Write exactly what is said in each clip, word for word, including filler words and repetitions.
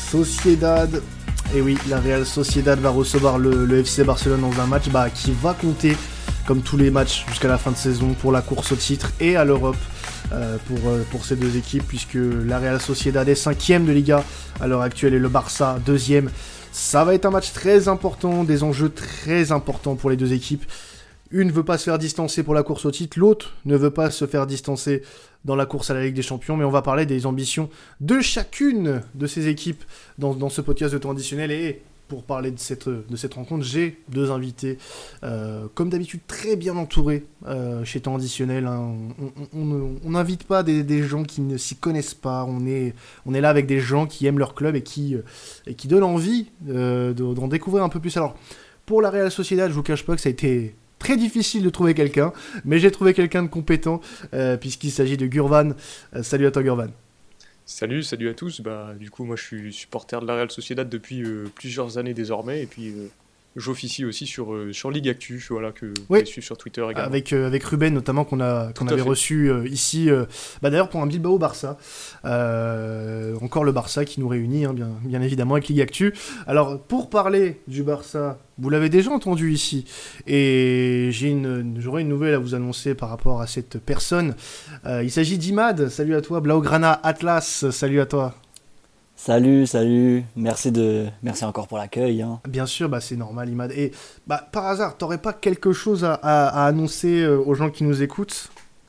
Sociedad. Et oui, la Real Sociedad va recevoir le, le F C Barcelone dans un match bah, qui va compter, comme tous les matchs jusqu'à la fin de saison, pour la course au titre et à l'Europe euh, pour, euh, pour ces deux équipes, puisque la Real Sociedad est cinquième de Liga à l'heure actuelle et le Barça deuxième. Ça va être un match très important, des enjeux très importants pour les deux équipes. Une ne veut pas se faire distancer pour la course au titre, l'autre ne veut pas se faire distancer dans la course à la Ligue des Champions, mais on va parler des ambitions de chacune de ces équipes dans, dans ce podcast de temps additionnel. Et pour parler de cette, de cette rencontre, j'ai deux invités, euh, comme d'habitude très bien entourés euh, chez temps additionnel. Hein. On n'invite pas des, des gens qui ne s'y connaissent pas, on est, on est là avec des gens qui aiment leur club et qui, et qui donnent envie euh, d'en découvrir un peu plus. Alors, pour la Real Sociedad, je vous cache pas que ça a été très difficile de trouver quelqu'un, mais j'ai trouvé quelqu'un de compétent, euh, puisqu'il s'agit de Gurvan. Euh, salut à toi Gurvan. Salut, salut à tous. Bah, du coup, moi je suis supporter de la Real Sociedad depuis euh, plusieurs années désormais, et puis euh, j'officie aussi sur, euh, sur Ligue Actu, voilà, que vous oui. pouvez suivre sur Twitter également. Avec, euh, avec Ruben notamment, qu'on, a, qu'on avait fait. reçu euh, ici, euh, bah, d'ailleurs pour un Bilbao-Barça. Euh, encore le Barça qui nous réunit, hein, bien, bien évidemment, avec Ligue Actu. Alors, pour parler du Barça, vous l'avez déjà entendu ici, et j'ai une, j'aurais une nouvelle à vous annoncer par rapport à cette personne. Euh, il s'agit d'Imad. Salut à toi, Blaugrana Atlas, salut à toi. Salut, salut, merci, de... merci encore pour l'accueil. Hein. Bien sûr, bah, c'est normal, Imad. Et bah, par hasard, t'aurais pas quelque chose à, à, à annoncer aux gens qui nous écoutent?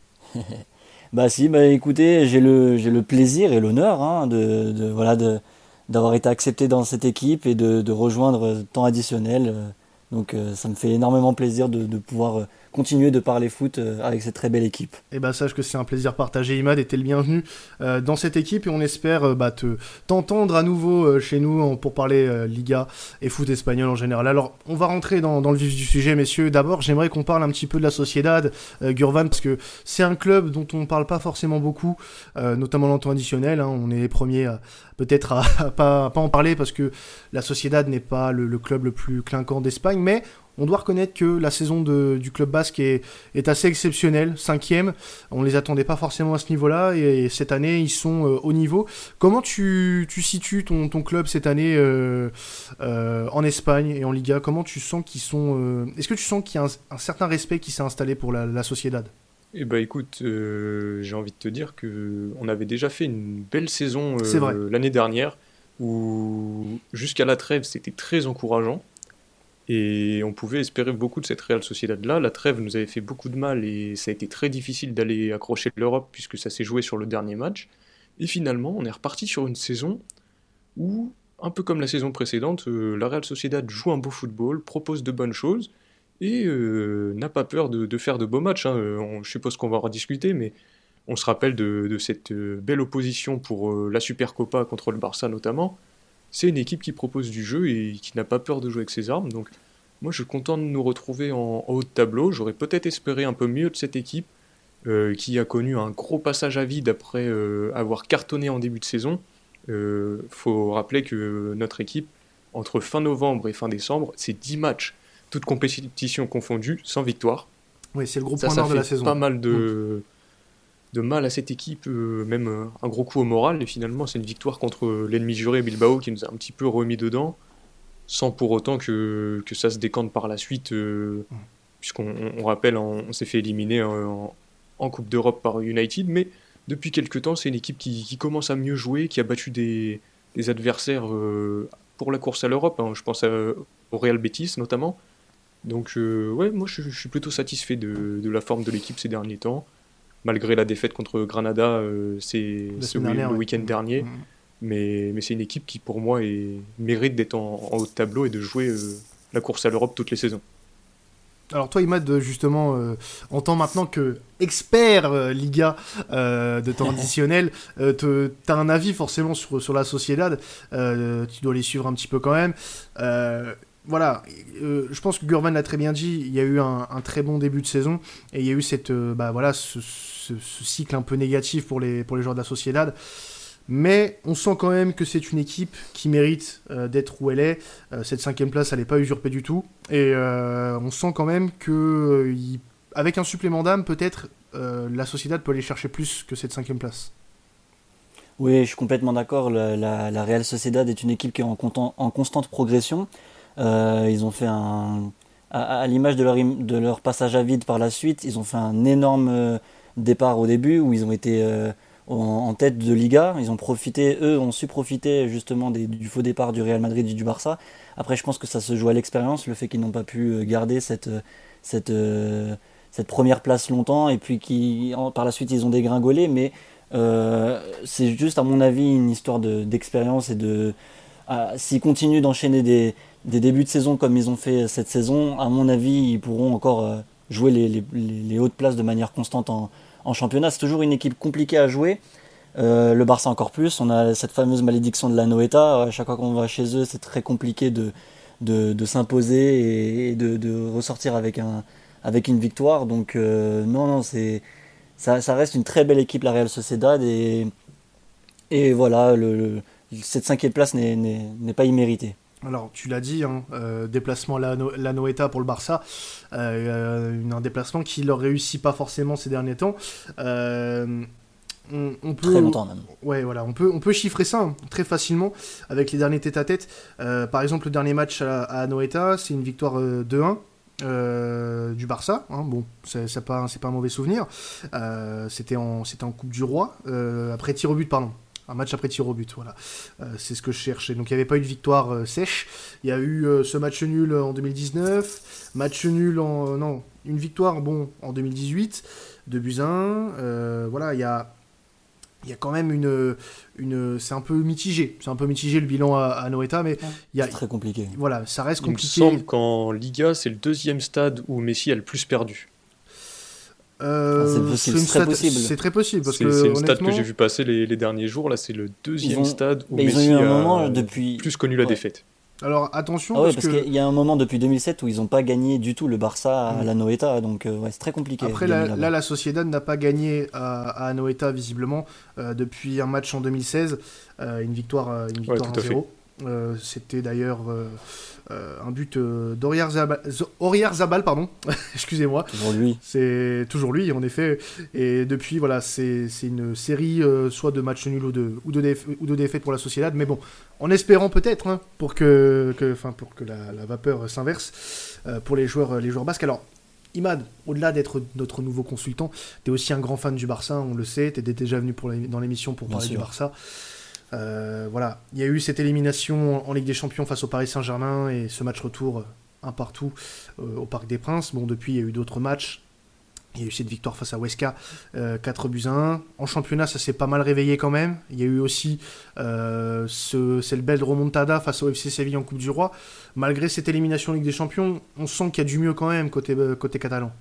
Bah si, bah écoutez, j'ai le, j'ai le plaisir et l'honneur hein, de, de, voilà, de, d'avoir été accepté dans cette équipe et de, de rejoindre temps additionnel. Donc euh, ça me fait énormément plaisir de, de pouvoir euh, continuer de parler foot euh, avec cette très belle équipe. Et bah sache que c'est un plaisir partagé, Imad, et t'es le bienvenu euh, dans cette équipe, et on espère euh, bah, te, t'entendre à nouveau euh, chez nous en, pour parler euh, Liga et foot espagnol en général. Alors on va rentrer dans, dans le vif du sujet, messieurs. D'abord j'aimerais qu'on parle un petit peu de la Sociedad, euh, Gurvan, parce que c'est un club dont on ne parle pas forcément beaucoup, euh, notamment dans le temps additionnel. Hein, on est les premiers à, peut-être à, à, pas, à pas en parler, parce que la Sociedad n'est pas le, le club le plus clinquant d'Espagne, mais on doit reconnaître que la saison de, du club basque est, est assez exceptionnelle, cinquième. On ne les attendait pas forcément à ce niveau-là, et, et cette année, ils sont euh, au niveau. Comment tu, tu situes ton, ton club cette année euh, euh, en Espagne et en Liga? Comment tu sens qu'ils sont... Euh... Est-ce que tu sens qu'il y a un, un certain respect qui s'est installé pour la, la Sociedad? Eh bah écoute, euh, j'ai envie de te dire qu'on avait déjà fait une belle saison euh, l'année dernière, où jusqu'à la trêve, c'était très encourageant. Et on pouvait espérer beaucoup de cette Real Sociedad-là. La trêve nous avait fait beaucoup de mal et ça a été très difficile d'aller accrocher l'Europe puisque ça s'est joué sur le dernier match. Et finalement, on est reparti sur une saison où, un peu comme la saison précédente, euh, la Real Sociedad joue un beau football, propose de bonnes choses et euh, n'a pas peur de, de faire de beaux matchs. Hein. On, je suppose qu'on va en rediscuter, mais on se rappelle de, de cette euh, belle opposition pour euh, la Supercopa contre le Barça notamment. C'est une équipe qui propose du jeu et qui n'a pas peur de jouer avec ses armes. Donc, moi, je suis content de nous retrouver en, en haut de tableau. J'aurais peut-être espéré un peu mieux de cette équipe euh, qui a connu un gros passage à vide après euh, avoir cartonné en début de saison. Il euh, faut rappeler que notre équipe, entre fin novembre et fin décembre, c'est dix matchs, toutes compétitions confondues, sans victoire. Oui, c'est le gros ça, point noir de la saison. Ça fait pas mal de... Mmh. de mal à cette équipe, euh, même euh, un gros coup au moral, et finalement c'est une victoire contre l'ennemi juré Bilbao qui nous a un petit peu remis dedans, sans pour autant que, que ça se décante par la suite, euh, mmh. puisqu'on on rappelle, on, on s'est fait éliminer en, en Coupe d'Europe par United, mais depuis quelques temps c'est une équipe qui, qui commence à mieux jouer, qui a battu des, des adversaires euh, pour la course à l'Europe, hein, je pense à, au Real Betis notamment, donc euh, ouais, moi je, je suis plutôt satisfait de, de la forme de l'équipe ces derniers temps, malgré la défaite contre Granada euh, c'est, ce, dernière, le week-end ouais. dernier. Mmh. Mais, mais c'est une équipe qui, pour moi, est, mérite d'être en, en haut de tableau et de jouer euh, la course à l'Europe toutes les saisons. Alors toi, Imad, justement, euh, en tant maintenant que expert euh, Liga euh, de temps additionnel, euh, tu as un avis forcément sur, sur la Sociedad. Euh, tu dois les suivre un petit peu quand même. Euh, Voilà, euh, je pense que Gurvan l'a très bien dit, il y a eu un, un très bon début de saison et il y a eu cette, euh, bah, voilà, ce, ce, ce cycle un peu négatif pour les, pour les joueurs de la Sociedad. Mais on sent quand même que c'est une équipe qui mérite euh, d'être où elle est. Euh, cette cinquième place, elle n'est pas usurpée du tout. Et euh, on sent quand même qu'avec euh, un supplément d'âme, peut-être, euh, la Sociedad peut aller chercher plus que cette cinquième place. Oui, je suis complètement d'accord. La, la, la Real Sociedad est une équipe qui est en, content- en constante progression. Euh, ils ont fait un, à, à l'image de leur, im- de leur passage à vide par la suite, ils ont fait un énorme euh, départ au début où ils ont été euh, en, en tête de Liga. Ils ont profité, eux ont su profiter justement des- du faux départ du Real Madrid et du Barça. Après, je pense que ça se joue à l'expérience, le fait qu'ils n'ont pas pu euh, garder cette, euh, cette, euh, cette première place longtemps et puis qui, en- par la suite, ils ont dégringolé. Mais euh, c'est juste, à mon avis, une histoire de, d'expérience et de. Ah, s'ils continuent d'enchaîner des, des débuts de saison comme ils ont fait cette saison, à mon avis, ils pourront encore euh, jouer les, les- les hautes places de manière constante en, en championnat. C'est toujours une équipe compliquée à jouer. Euh, le Barça encore plus. On a cette fameuse malédiction de la Noeta. À chaque fois qu'on va chez eux, c'est très compliqué de, de, de s'imposer et, et de, de ressortir avec, un, avec une victoire. Donc euh, non, non, c'est, ça, ça reste une très belle équipe, la Real Sociedad. Et, et voilà, le, le- cette cinquième place n'est, n'est, n'est pas imméritée. Alors, tu l'as dit, hein, euh, déplacement à la, no- la Noeta pour le Barça, euh, une- un déplacement qui leur réussit pas forcément ces derniers temps. Euh, on, on peut, Très longtemps même. ouais, voilà, on peut, on peut chiffrer ça hein, très facilement avec les derniers tête-à-tête. Euh, par exemple, le dernier match à, à Anoeta, c'est une victoire euh, deux un. Euh, du Barça, hein, bon, c'est, c'est, pas, c'est pas un mauvais souvenir. Euh, c'était, en, c'était en Coupe du Roi, euh, après tir au but, pardon. Un match après tir au but, voilà. Euh, c'est ce que je cherchais. Donc il n'y avait pas eu de victoire euh, sèche. Il y a eu euh, ce match nul en deux mille dix-neuf, match nul en... euh, non, une victoire, bon, en deux mille dix-huit, deux buts à un. Euh, voilà, il y a, il y a quand même une... une c'est un peu mitigé. C'est un peu mitigé le bilan à, à Noeta, mais il y a, C'est très compliqué. voilà, ça reste Il me compliqué. semble qu'en Liga, c'est le deuxième stade où Messi a le plus perdu. Euh, Ah, c'est possible, une c'est très stat- possible. C'est très possible, parce C'est que c'est une stat que honnêtement... j'ai vu passer les, les derniers jours. Là, c'est le deuxième Ils ont, stade où mais ils ont Messi eu un a moment depuis. plus connu la Ouais. défaite. Alors attention, Ah ouais, parce parce que... qu'il y a un moment depuis deux mille sept où ils n'ont pas gagné du tout le Barça à Mm. la Noeta, donc euh, ouais, c'est très compliqué. Après, de gagner là, là-bas. là, la Sociedad n'a pas gagné à, à Anoeta, visiblement, euh, depuis un match en deux mille seize, euh, une victoire, euh, une Ouais, victoire tout à un zéro. Euh, c'était d'ailleurs euh, euh, un but euh, d'Oriarzabal, Oriarzabal, pardon, excusez-moi. Toujours lui. C'est toujours lui, en effet. Et depuis, voilà, c'est c'est une série euh, soit de matchs nuls ou de, ou, de déf- ou de défaites pour la Sociedad. Mais bon, en espérant peut-être hein, pour que, que, enfin, pour que la, la vapeur s'inverse euh, pour les joueurs, les joueurs basques. Alors, Imad, au-delà d'être notre nouveau consultant, tu es aussi un grand fan du Barça, on le sait. Tu étais déjà venu pour la- dans l'émission pour Bien parler sûr. du Barça. Euh, voilà, il y a eu cette élimination en Ligue des Champions face au Paris Saint-Germain et ce match retour euh, un partout euh, au Parc des Princes. Bon, depuis, il y a eu d'autres matchs. Il y a eu cette victoire face à Huesca, euh, quatre buts à un. En championnat, ça s'est pas mal réveillé quand même. Il y a eu aussi euh, ce, cette belle remontada face au F C Séville en Coupe du Roi. Malgré cette élimination en Ligue des Champions, on sent qu'il y a du mieux quand même côté, euh, côté catalan.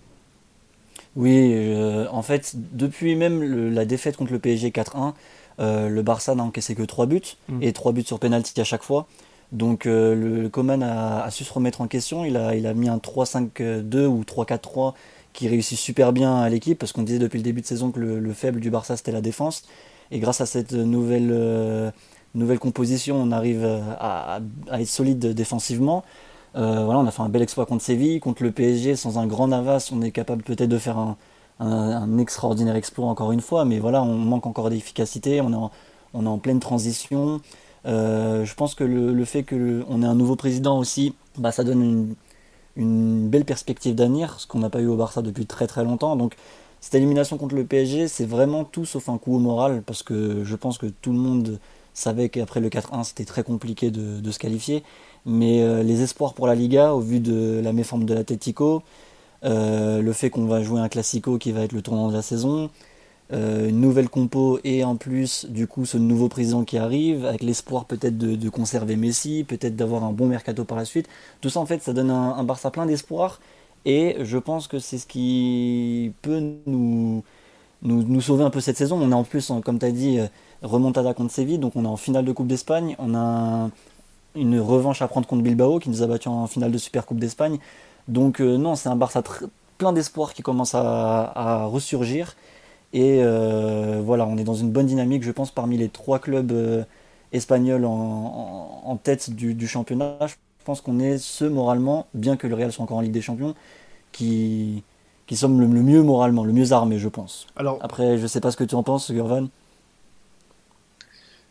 Oui, euh, en fait, depuis même le- la défaite contre le P S G quatre un, euh, le Barça n'a encaissé que trois buts, Mm. et trois buts sur penalty à chaque fois. Donc euh, le, le Koeman a, a su se remettre en question, il a, il a mis un trois cinq deux ou trois quatre trois qui réussit super bien à l'équipe, parce qu'on disait depuis le début de saison que le, le faible du Barça c'était la défense, et grâce à cette nouvelle, euh, nouvelle composition, on arrive à, à- à être solide défensivement. Euh, voilà, on a fait un bel exploit contre Séville, contre le P S G, sans un grand Navas, on est capable peut-être de faire un, un- un extraordinaire exploit encore une fois, mais voilà, on manque encore d'efficacité, on est en, on est en pleine transition. Euh, je pense que le, le fait qu'on ait un nouveau président aussi, bah, ça donne une, une belle perspective d'avenir, ce qu'on n'a pas eu au Barça depuis très très longtemps. Donc cette élimination contre le P S G, c'est vraiment tout sauf un coup au moral, parce que je pense que tout le monde savait qu'après le quatre un, c'était très compliqué de, de se qualifier. Mais euh, les espoirs pour la Liga, au vu de la méforme de l'Atlético, euh, le fait qu'on va jouer un Classico qui va être le tournant de la saison, euh, une nouvelle compo et en plus du coup ce nouveau président qui arrive, avec l'espoir peut-être de, de conserver Messi, peut-être d'avoir un bon mercato par la suite, tout ça en fait ça donne un, un Barça plein d'espoir, et je pense que c'est ce qui peut nous, nous, nous sauver un peu cette saison. On est en plus, en- comme tu as dit, euh, remontada contre Séville, donc on est en finale de Coupe d'Espagne, on a un- une revanche à prendre contre Bilbao qui nous a battu en finale de Super Coupe d'Espagne. Donc euh, non, c'est un Barça tr- plein d'espoir qui commence à, à ressurgir. Et euh, voilà, on est dans une bonne dynamique, je pense, parmi les trois clubs euh, espagnols en, en- en tête du, du championnat. Je pense qu'on est ceux moralement, bien que le Real soit encore en Ligue des Champions, qui, qui sommes le, le mieux moralement, le mieux armés, je pense. Alors, Après, je sais pas ce que tu en penses, Gurvan.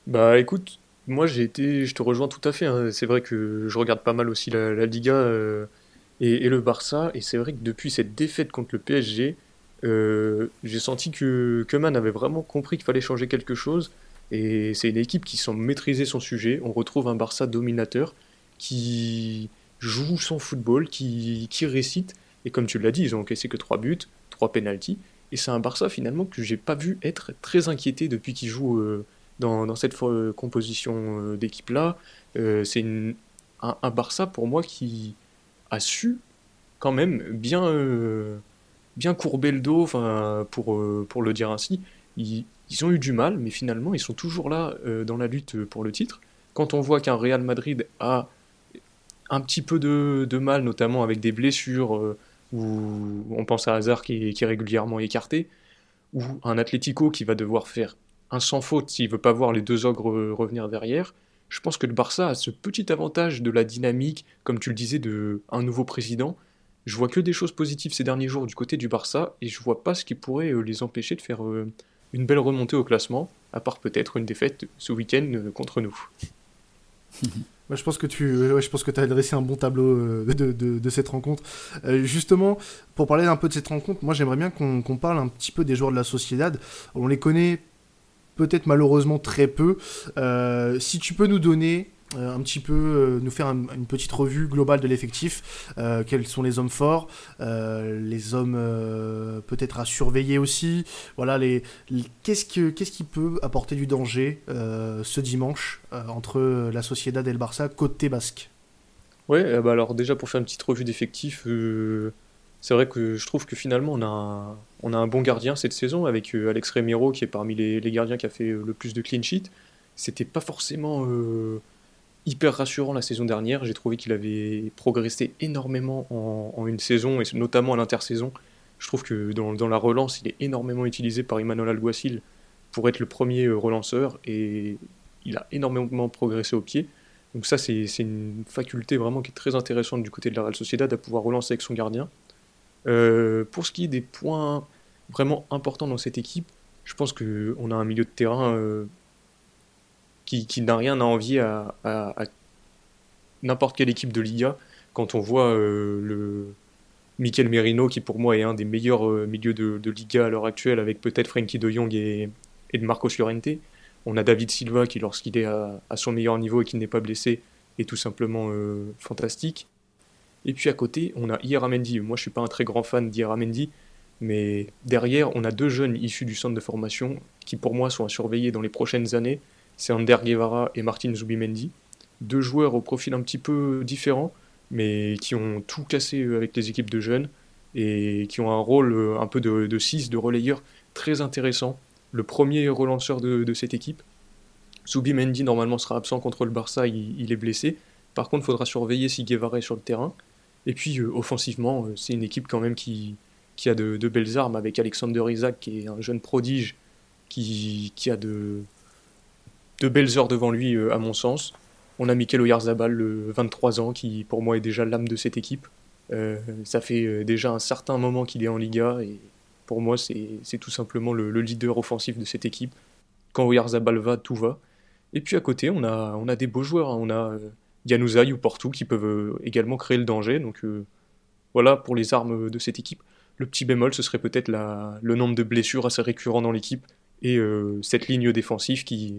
Bah écoute, moi j'ai été, je te rejoins tout à fait, hein. C'est vrai que je regarde pas mal aussi la, la Liga euh, et, et le Barça, et c'est vrai que depuis cette défaite contre le P S G, euh, j'ai senti que Koeman avait vraiment compris qu'il fallait changer quelque chose, et c'est une équipe qui semble maîtriser son sujet. On retrouve un Barça dominateur qui joue son football, qui, qui récite, et comme tu l'as dit, ils ont encaissé que trois buts, trois pénaltys, et c'est un Barça finalement que j'ai pas vu être très inquiété depuis qu'il joue euh, dans, dans cette fo- composition euh, d'équipe-là. Euh, c'est une- un, un Barça pour moi qui a su quand même bien, euh, bien courber le dos, enfin, pour, euh, pour le dire ainsi. Ils, ils ont eu du mal, mais finalement, ils sont toujours là euh, dans la lutte pour le titre. Quand on voit qu'un Real Madrid a un petit peu de, de mal, notamment avec des blessures, euh, ou on pense à Hazard qui est, qui est régulièrement écarté, ou un Atlético qui va devoir faire un sans faute s'il veut pas voir les deux ogres euh, revenir derrière. Je pense que le Barça a ce petit avantage de la dynamique, comme tu le disais, de un nouveau président. Je vois que des choses positives ces derniers jours du côté du Barça et je vois pas ce qui pourrait euh, les empêcher de faire euh, une belle remontée au classement, à part peut-être une défaite ce week-end euh, contre nous. Moi, je pense que tu ouais, je pense que tu as dressé un bon tableau euh, de, de, de cette rencontre. Euh, justement, pour parler un peu de cette rencontre, moi j'aimerais bien qu'on qu'on parle un petit peu des joueurs de la Sociedad. On les connaît peut-être malheureusement très peu. Euh, si tu peux nous donner euh, un petit peu, euh, nous faire un- une petite revue globale de l'effectif, euh, quels sont les hommes forts, euh, les hommes euh, peut-être à surveiller aussi, voilà, les, les- qu'est-ce, que, qu'est-ce qui peut apporter du danger euh, ce dimanche euh, entre la Sociedad et le Barça côté basque. Ouais, euh, bah alors déjà pour faire une petite revue d'effectifs, euh, c'est vrai que je trouve que finalement on a un, on a un bon gardien cette saison avec euh, Alex Remiro qui est parmi les, les gardiens qui a fait euh, le plus de clean sheet. C'était pas forcément euh, hyper rassurant la saison dernière. J'ai trouvé qu'il avait progressé énormément en, en une saison, et notamment à l'intersaison. Je trouve que dans, dans la relance, il est énormément utilisé par Imanol Alguacil pour être le premier euh, relanceur, et il a énormément progressé au pied. Donc ça, c'est c'est une faculté vraiment qui est très intéressante du côté de la Real Sociedad à pouvoir relancer avec son gardien. Euh, pour ce qui est des points vraiment importants dans cette équipe, je pense qu'on a un milieu de terrain euh, qui, qui n'a rien à envier à, à- à n'importe quelle équipe de Liga. Quand on voit euh, le Mikel Merino, qui pour moi est un des meilleurs euh, milieux de, de Liga à l'heure actuelle, avec peut-être Frenkie de Jong et, et de Marcos Llorente. On a David Silva qui, lorsqu'il est à, à son meilleur niveau et qu'il n'est pas blessé, est tout simplement euh, fantastique. Et puis à côté, on a Ieramendi. Moi, je suis pas un très grand fan d'Ieramendi, mais derrière, on a deux jeunes issus du centre de formation qui, pour moi, sont à surveiller dans les prochaines années. C'est Ander Guevara et Martin Zubimendi. Deux joueurs au profil un petit peu différent, mais qui ont tout cassé euh, avec les équipes de jeunes et qui ont un rôle euh, un peu de, de six, de relayeur très intéressant. Le premier relanceur de, de cette équipe. Zubimendi, normalement, sera absent contre le Barça, il, il est blessé. Par contre, il faudra surveiller si Guevara est sur le terrain. Et puis, euh, offensivement, euh, c'est une équipe quand même qui, qui a de, de belles armes, avec Alexander Isak, qui est un jeune prodige, qui, qui a de, de belles heures devant lui, euh, à mon sens. On a Mikel Oyarzabal, le vingt-trois ans, qui pour moi est déjà l'âme de cette équipe. Euh, ça fait euh, déjà un certain moment qu'il est en Liga, et pour moi, c'est c'est tout simplement le, le leader offensif de cette équipe. Quand Oyarzabal va, tout va. Et puis à côté, on a, on a des beaux joueurs, hein. On a euh, Januzaj ou Porto qui peuvent euh, également créer le danger. Donc euh, voilà pour les armes de cette équipe. Le petit bémol, ce serait peut-être la- le nombre de blessures assez récurrent dans l'équipe et euh, cette ligne défensive qui,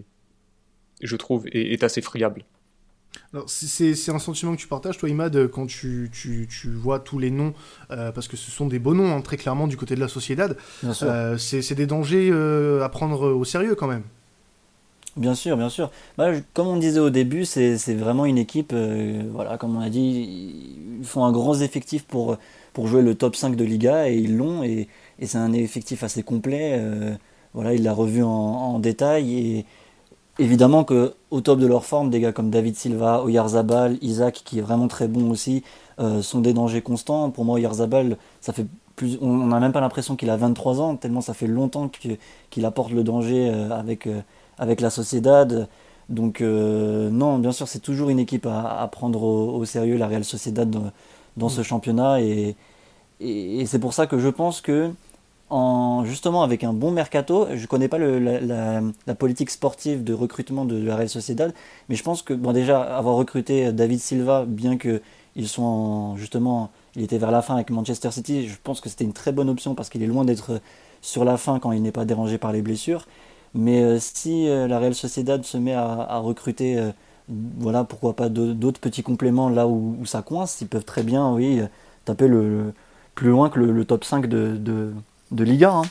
je trouve, est, est assez friable. Alors, c'est- c'est c'est un sentiment que tu partages, toi, Imad, quand tu, tu, tu vois tous les noms, euh, parce que ce sont des beaux noms, hein, très clairement, du côté de la Sociedad. Bien sûr. Euh, c'est c'est des dangers euh, à prendre au sérieux, quand même. Bien sûr, bien sûr. Bah, je- comme on disait au début, c'est c'est vraiment une équipe, euh, voilà, comme on a dit, ils font un grand effectif pour, pour jouer le top cinq de Liga et ils l'ont et, et c'est un effectif assez complet. Euh, voilà, il l'a revu en, en détail et évidemment que au top de leur forme, des gars comme David Silva, Oyarzabal, Isaac qui est vraiment très bon aussi, euh, sont des dangers constants. Pour moi, Oyarzabal, ça fait plus, on n'a même pas l'impression qu'il a vingt-trois ans, tellement ça fait longtemps que- qu'il apporte le danger euh, avec, euh, avec la Sociedad. Donc euh, non, bien sûr, c'est toujours une équipe à, à prendre au, au sérieux, la Real Sociedad dans, dans ce championnat et, et, et c'est pour ça que je pense que en, justement avec un bon mercato. Je connais pas le, la, la, la politique sportive de recrutement de, de la Real Sociedad, mais je pense que bon, déjà avoir recruté David Silva, bien que ils sont en, justement, il était vers la fin avec Manchester City, je pense que c'était une très bonne option parce qu'il est loin d'être sur la fin quand il n'est pas dérangé par les blessures. Mais euh, si euh, la Real Sociedad se met à, à recruter, euh, voilà, pourquoi pas d'autres petits compléments là où, où ça coince, ils peuvent très bien, oui, taper le, le plus loin que le, le top cinq de, de, de Liga. Hein.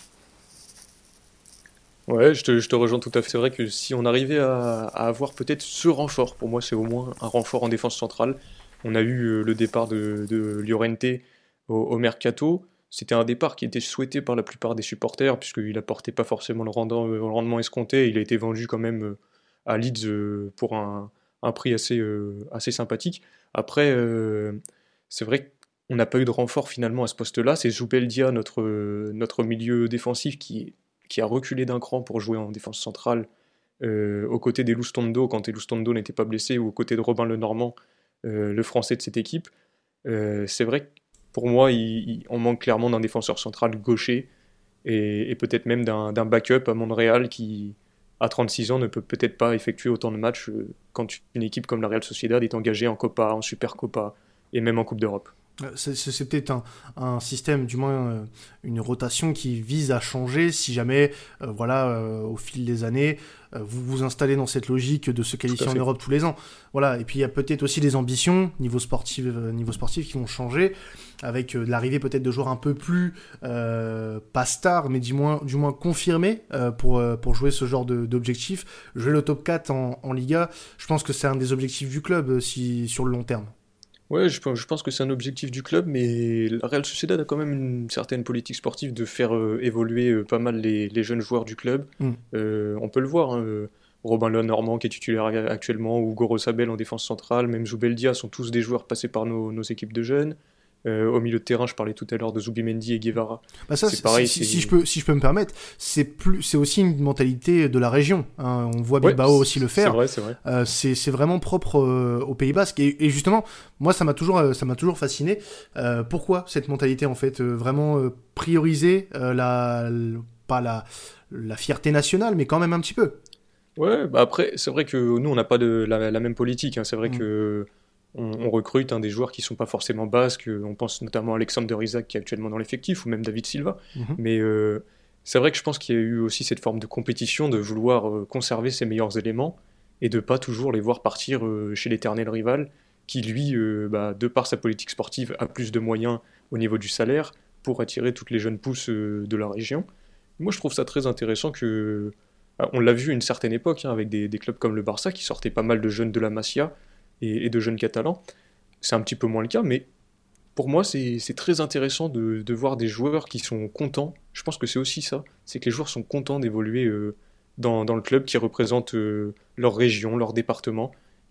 Ouais, je te, je te rejoins tout à fait. C'est vrai que si on arrivait à, à avoir peut-être ce renfort, pour moi c'est au moins un renfort en défense centrale. On a eu euh, le départ de, de Llorente au, au Mercato. C'était un départ qui était souhaité par la plupart des supporters, puisqu'il apportait pas forcément le rendement, le rendement escompté. Il a été vendu quand même euh, à Leeds euh, pour un, un prix assez, euh, assez sympathique. Après, euh, c'est vrai qu'on n'a pas eu de renfort finalement à ce poste-là. C'est Zubeldia, notre, euh, notre milieu défensif, qui, qui a reculé d'un cran pour jouer en défense centrale, euh, aux côtés d'Elustondo, quand Elustondo n'était pas blessé, ou aux côtés de Robin Lenormand, euh, le français de cette équipe. Euh, c'est vrai que pour moi, il, il- on manque clairement d'un défenseur central gaucher et, et peut-être même d'un d'un backup à Montréal qui, à trente-six ans, ne peut peut-être pas effectuer autant de matchs euh, quand une équipe comme la Real Sociedad est engagée en Copa, en Super Copa et même en Coupe d'Europe. Euh, C'est c'est- c'est peut-être un, un système, du moins euh, une rotation qui vise à changer si jamais, euh, voilà, euh, au fil des années, euh, vous vous installez dans cette logique de se Tout à qualifier en fait. Europe tous les ans. Voilà, et puis il y a peut-être aussi des ambitions niveau sportif, euh, niveau sportif qui vont changer, avec euh, l'arrivée peut-être de joueurs un peu plus, euh, pas stars, mais du moins, du moins confirmés euh, pour, euh, pour jouer ce genre de- d'objectif. Jouer le top quatre en, en Liga, je pense que c'est un des objectifs du club euh, si, sur le long terme. Ouais, je, pense- je pense que c'est un objectif du club, mais la Real Sociedad a quand même une certaine politique sportive de faire euh, évoluer euh, pas mal les, les jeunes joueurs du club. Mm. Euh, on peut le voir, hein, euh, Robin Lenormand qui est titulaire a- actuellement, ou Goro Sabel en défense centrale, même Zubeldia sont tous des joueurs passés par nos, nos équipes de jeunes. Euh, au milieu de terrain, je parlais tout à l'heure de Zubimendi et Guevara. Bah ça, C'est c'est- si, pareil, si- c'est... si je peux, si je peux me permettre, c'est plus, c'est aussi une mentalité de la région. Hein. On voit Ouais, Bilbao aussi le c'est faire. vrai, c'est vrai. Euh, c'est, c'est vraiment propre euh, au Pays Basque. Et, et justement, moi, ça m'a toujours, euh, ça m'a toujours fasciné. Euh, pourquoi cette mentalité, en fait, euh, vraiment euh, prioriser euh, la, l- pas la, la fierté nationale, mais quand même un petit peu. Ouais, bah après, c'est vrai que nous, on n'a pas de, la, la même politique. Hein. C'est vrai Mm. que on, on recrute hein, des joueurs qui sont pas forcément basques. On pense notamment à Alexander Isaac qui est actuellement dans l'effectif, ou même David Silva. Mhm. Mais euh, c'est vrai que je pense qu'il y a eu aussi cette forme de compétition, de vouloir euh, conserver ses meilleurs éléments et de pas toujours les voir partir euh, chez l'éternel rival, qui lui, euh, bah, de par sa politique sportive, a plus de moyens au niveau du salaire pour attirer toutes les jeunes pousses euh, de la région. Moi, je trouve ça très intéressant que ah, on l'a vu à une certaine époque, hein, avec des, des clubs comme le Barça qui sortaient pas mal de jeunes de la Masia et, et de jeunes catalans. C'est un petit peu moins le cas, mais pour moi, c'est c'est très intéressant de, de voir des joueurs qui sont contents. Je pense que c'est aussi ça, c'est que les joueurs sont contents d'évoluer euh, dans, dans le club qui représente euh, leur région, leur département.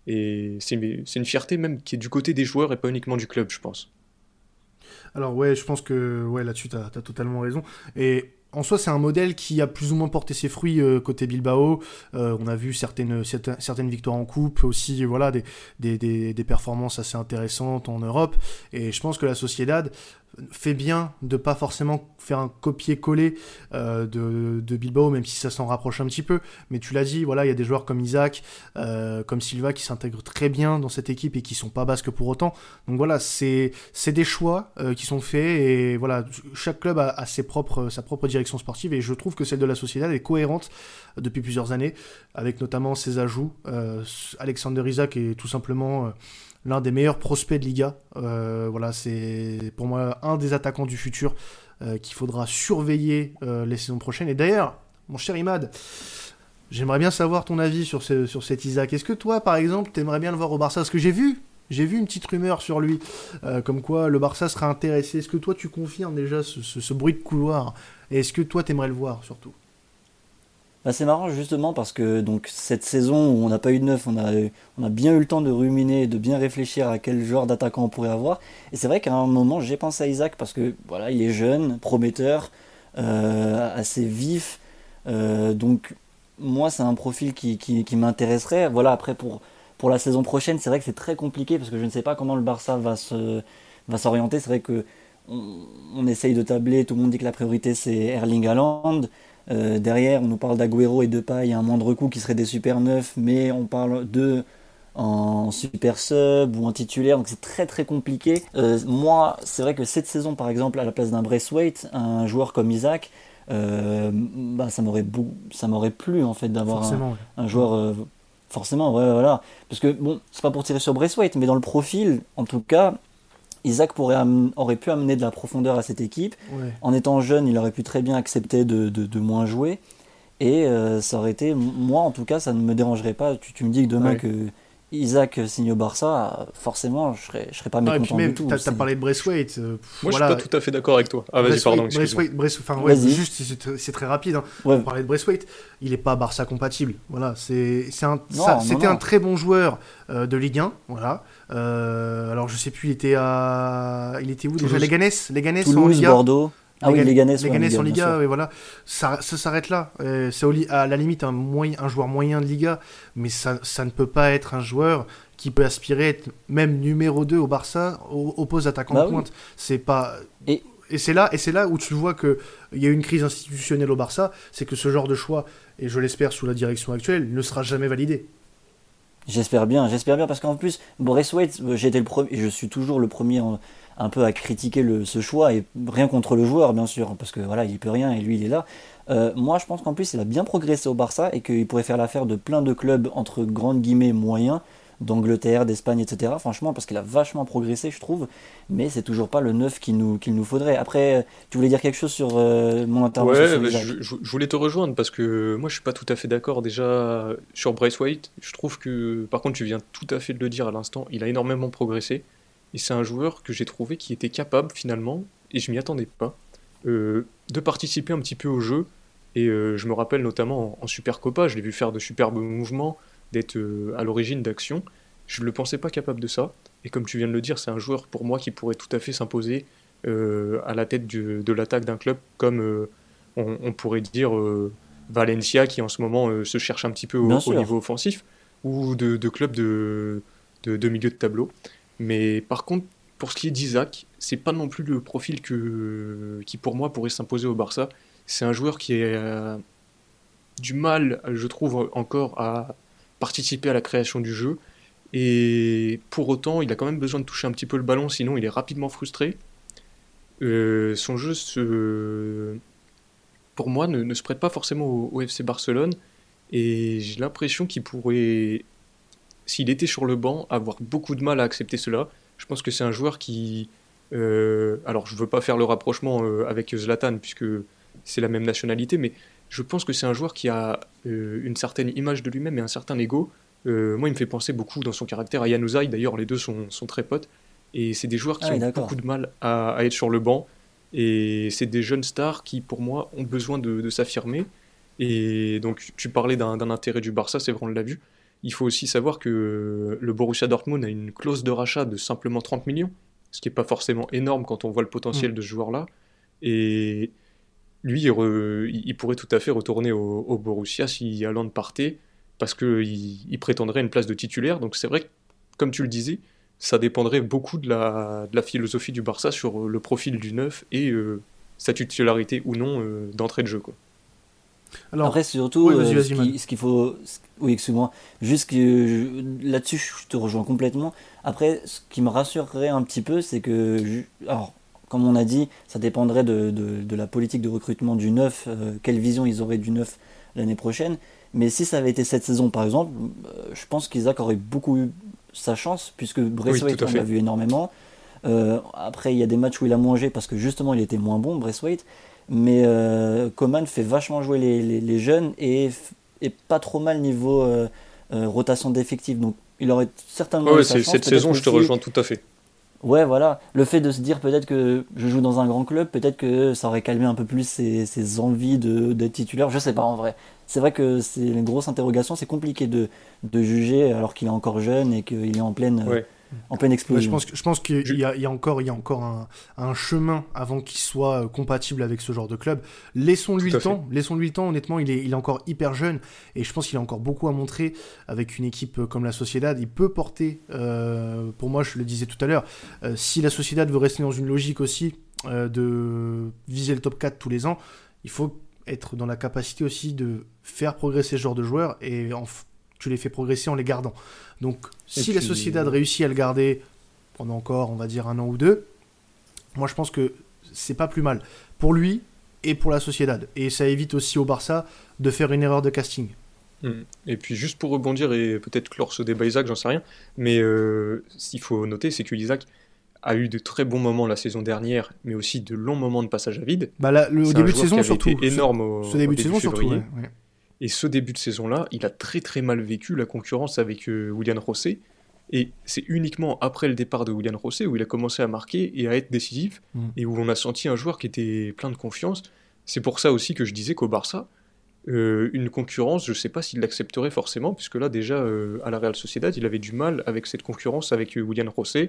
Et c'est une, c'est une fierté même qui est du côté des joueurs et pas uniquement du club, je pense. Alors ouais, je pense que ouais, là-dessus, t'as, t'as totalement raison. Et en soi, c'est un modèle qui a plus ou moins porté ses fruits euh, côté Bilbao. Euh, on a vu certaines, certaines, certaines victoires en coupe, aussi voilà, des, des, des, des performances assez intéressantes en Europe. Et je pense que la Sociedad fait bien de pas forcément faire un copier-coller euh, de, de Bilbao, même si ça s'en rapproche un petit peu. Mais tu l'as dit, voilà, il y a des joueurs comme Isaac, euh, comme Silva qui s'intègrent très bien dans cette équipe et qui sont pas basques pour autant. Donc voilà, c'est c'est des choix euh, qui sont faits et voilà, chaque club a, a ses propres, sa propre direction sportive et je trouve que celle de la Sociedad est cohérente depuis plusieurs années, avec notamment ses ajouts. Euh, Alexander Isaac est tout simplement euh, l'un des meilleurs prospects de Liga. Euh, voilà, c'est pour moi un des attaquants du futur euh, qu'il faudra surveiller euh, les saisons prochaines. Et d'ailleurs, mon cher Imad, j'aimerais bien savoir ton avis sur, ce, sur cet Isaac. Est-ce que toi, par exemple, t'aimerais bien le voir au Barça? Parce que j'ai vu, j'ai vu une petite rumeur sur lui, euh, comme quoi le Barça serait intéressé. Est-ce que toi, tu confirmes déjà ce, ce, ce bruit de couloir? Et est-ce que toi, t'aimerais le voir, surtout? Bah, c'est marrant justement parce que donc cette saison où on n'a pas eu de neuf, on a, on a bien eu le temps de ruminer et de bien réfléchir à quel genre d'attaquant on pourrait avoir. Et c'est vrai qu'à un moment j'ai pensé à Isaac parce que voilà, il est jeune, prometteur, euh, assez vif. Euh, donc moi c'est un profil qui, qui, qui m'intéresserait. Voilà, après pour, pour la saison prochaine, c'est vrai que c'est très compliqué parce que je ne sais pas comment le Barça va se, va s'orienter. C'est vrai que on, on essaye de tabler, tout le monde dit que la priorité c'est Erling Haaland. Euh, derrière, on nous parle d'Agüero et Depay, il y a un moindre coût qui serait des super neufs, mais on parle d'eux en super sub ou en titulaire, donc c'est très très compliqué. Euh, moi, c'est vrai que cette saison, par exemple, à la place d'un Braithwaite, un joueur comme Isaac, euh, bah, ça m'aurait bou- ça m'aurait plu en fait d'avoir un, Forcément, ouais. un joueur. euh, forcément, ouais, voilà. Parce que bon, c'est pas pour tirer sur Braithwaite, mais dans le profil, en tout cas, Isaac pourrait am- aurait pu amener de la profondeur à cette équipe. Ouais. En étant jeune, il aurait pu très bien accepter de, de, de moins jouer. Et euh, ça aurait été, moi en tout cas, ça ne me dérangerait pas. Tu, tu me dis que demain Ouais. que Isaac signe au Barça, forcément, je serais, je serais pas Ah, et mécontent puis même, du tout. t'as, C'est- t'as parlé de Braithwaite. euh, pff, Moi, voilà. je suis pas tout à fait d'accord avec toi. Ah, vas-y, pardon, Braithwaite, excuse-moi. Braithwaite, Braithwaite- enfin, ouais, Vas-y. juste, c'est, très- c'est très rapide. Hein. Ouais. On parlait de Braithwaite, il est pas Barça compatible. Voilà, c'est, c'est un, Non, ça- non, c'était non. un très bon joueur euh, de Ligue un. Voilà. Euh, alors, je sais plus, il était à, il était où déjà? Toulouse. Leganés, Leganés en Toulouse, Liga. Bordeaux. Ah oui, Legan- Leganés, ouais, Leganés Liga, en bien Liga, sûr. et voilà, ça, ça s'arrête là. Euh, c'est au li- à la limite un, moyen, un joueur moyen de Liga, mais ça, ça ne peut pas être un joueur qui peut aspirer à être même numéro deux au Barça, au, au poste d'attaquant Bah de oui. pointe. C'est pas... Et- Et c'est là, et c'est là où tu vois qu'il y a une crise institutionnelle au Barça, c'est que ce genre de choix, et je l'espère sous la direction actuelle, ne sera jamais validé. J'espère bien, j'espère bien, parce qu'en plus, Braithwaite, euh, j'ai été le premier, et je suis toujours le premier en- un peu à critiquer le, ce choix, et rien contre le joueur, bien sûr, parce que voilà, il peut rien, et lui, il est là. Euh, moi, je pense qu'en plus, il a bien progressé au Barça, et qu'il pourrait faire l'affaire de plein de clubs, entre grandes guillemets, moyens, d'Angleterre, d'Espagne, et cetera. Franchement, parce qu'il a vachement progressé, je trouve, mais c'est toujours pas le neuf qu'il nous, qu'il nous faudrait. Après, euh, tu voulais dire quelque chose sur euh, mon intervention Ouais, sur bah, Isaac? je, je- je voulais te rejoindre parce que moi je suis pas tout à fait d'accord déjà sur Braithwaite. Je trouve que, par contre, tu viens tout à fait de le dire à l'instant, il a énormément progressé et c'est un joueur que j'ai trouvé qui était capable finalement, et je m'y attendais pas, euh, de participer un petit peu au jeu. Et euh, je me rappelle notamment en, en Supercopa, je l'ai vu faire de superbes mouvements, d'être euh, à l'origine d'actions. Je ne le pensais pas capable de ça. Et comme tu viens de le dire, c'est un joueur pour moi qui pourrait tout à fait s'imposer euh, à la tête du- de l'attaque d'un club comme euh, on, on pourrait dire euh, Valencia qui en ce moment euh, se cherche un petit peu au, Bien au sûr. niveau offensif, ou de, de clubs de, de, de milieu de tableau. Mais par contre, pour ce qui est d'Isaac, c'est pas non plus le profil que, qui pour moi pourrait s'imposer au Barça. C'est un joueur qui a euh, du mal, je trouve, encore à participer à la création du jeu. Et pour autant, il a quand même besoin de toucher un petit peu le ballon, sinon il est rapidement frustré. Euh, son jeu, se- pour moi, ne, ne se prête pas forcément au, au F C Barcelone. Et j'ai l'impression qu'il pourrait, s'il était sur le banc, avoir beaucoup de mal à accepter cela. Je pense que c'est un joueur qui... euh, alors, je veux pas faire le rapprochement euh, avec Zlatan, puisque c'est la même nationalité, mais je pense que c'est un joueur qui a euh, une certaine image de lui-même et un certain ego. Euh, moi, il me fait penser beaucoup dans son caractère à Januzaj. D'ailleurs, les deux sont, sont très potes. Et c'est des joueurs qui Ah oui, ont d'accord. beaucoup de mal à, à être sur le banc. Et c'est des jeunes stars qui, pour moi, ont besoin de, de s'affirmer. Et donc, tu parlais d'un d'un intérêt du Barça, c'est vrai, on l'a vu. Il faut aussi savoir que le Borussia Dortmund a une clause de rachat de simplement trente millions, ce qui n'est pas forcément énorme quand on voit le potentiel de ce joueur-là. Et lui, il, re- il pourrait tout à fait retourner au, au Borussia si Haaland partait, parce qu'il il prétendrait une place de titulaire. Donc c'est vrai que, comme tu le disais, ça dépendrait beaucoup de la, de la philosophie du Barça sur le profil du neuf et euh, sa titularité ou non euh, d'entrée de jeu, quoi. Alors, Après, c'est surtout, ouais, vas-y, euh, vas-y, ce Man. qui- ce qu'il faut. ce- Oui, excuse-moi. Juste que je- là-dessus, je te rejoins complètement. Après, ce qui me rassurerait un petit peu, c'est que. je- Alors, comme on a dit, ça dépendrait de, de- de la politique de recrutement du neuf, euh, quelle vision ils auraient du neuf l'année prochaine. Mais si ça avait été cette saison, par exemple, euh, je pense qu'Isaac aurait beaucoup eu sa chance, puisque Braithwaite, tout à on fait. l'a vu énormément. Euh, après, il y a des matchs où il a moins joué parce que justement, il était moins bon, Braithwaite. Mais euh, Coman fait vachement jouer les, les- les jeunes et, f- et pas trop mal niveau euh, euh, rotation d'effectifs. Donc, il aurait certainement Ouais, eu ouais, sa c'est- chance. cette Peut-être saison, je te aussi- rejoins tout à fait. Ouais, voilà. Le fait de se dire peut-être que je joue dans un grand club, peut-être que ça aurait calmé un peu plus ses, ses envies de, d'être titulaire. Je sais pas en vrai. C'est vrai que c'est une grosse interrogation. C'est compliqué de, de juger alors qu'il est encore jeune et qu'il est en pleine, euh, Ouais. en pleine ouais, explosion. je pense, que- je pense qu'il Je- y a, il y a encore, il y a encore un, un chemin avant qu'il soit euh, compatible avec ce genre de club. Laissons-lui Tout le à fait. temps. Laissons-lui le temps. Honnêtement, il est, il est encore hyper jeune et je pense qu'il a encore beaucoup à montrer avec une équipe euh, comme la Sociedad. Il peut porter. euh, pour moi, je le disais tout à l'heure, euh, si la Sociedad veut rester dans une logique aussi euh, de viser le top quatre tous les ans, il faut être dans la capacité aussi de faire progresser ce genre de joueurs et en, tu les fais progresser en les gardant. Donc et si puis... la Sociedad réussit à le garder pendant encore, on va dire, un an ou deux, moi je pense que c'est pas plus mal pour lui et pour la Sociedad. Et ça évite aussi au Barça de faire une erreur de casting. Et puis juste pour rebondir et peut-être clore ce débat Isaac, j'en sais rien, mais euh, ce qu'il faut noter, c'est que Isaac a eu de très bons moments la saison dernière, mais aussi de longs moments de passage à vide. Bah là, le, au début de saison surtout. Été énorme au, ce début au de début saison surtout. Ouais, ouais. Et ce début de saison-là, il a très très mal vécu la concurrence avec euh, Willian José. Et c'est uniquement après le départ de Willian José où il a commencé à marquer et à être décisif, mm. et où on a senti un joueur qui était plein de confiance. C'est pour ça aussi que je disais qu'au Barça, euh, une concurrence, je ne sais pas s'il l'accepterait forcément, puisque là déjà, euh, à la Real Sociedad, il avait du mal avec cette concurrence avec euh, Willian José.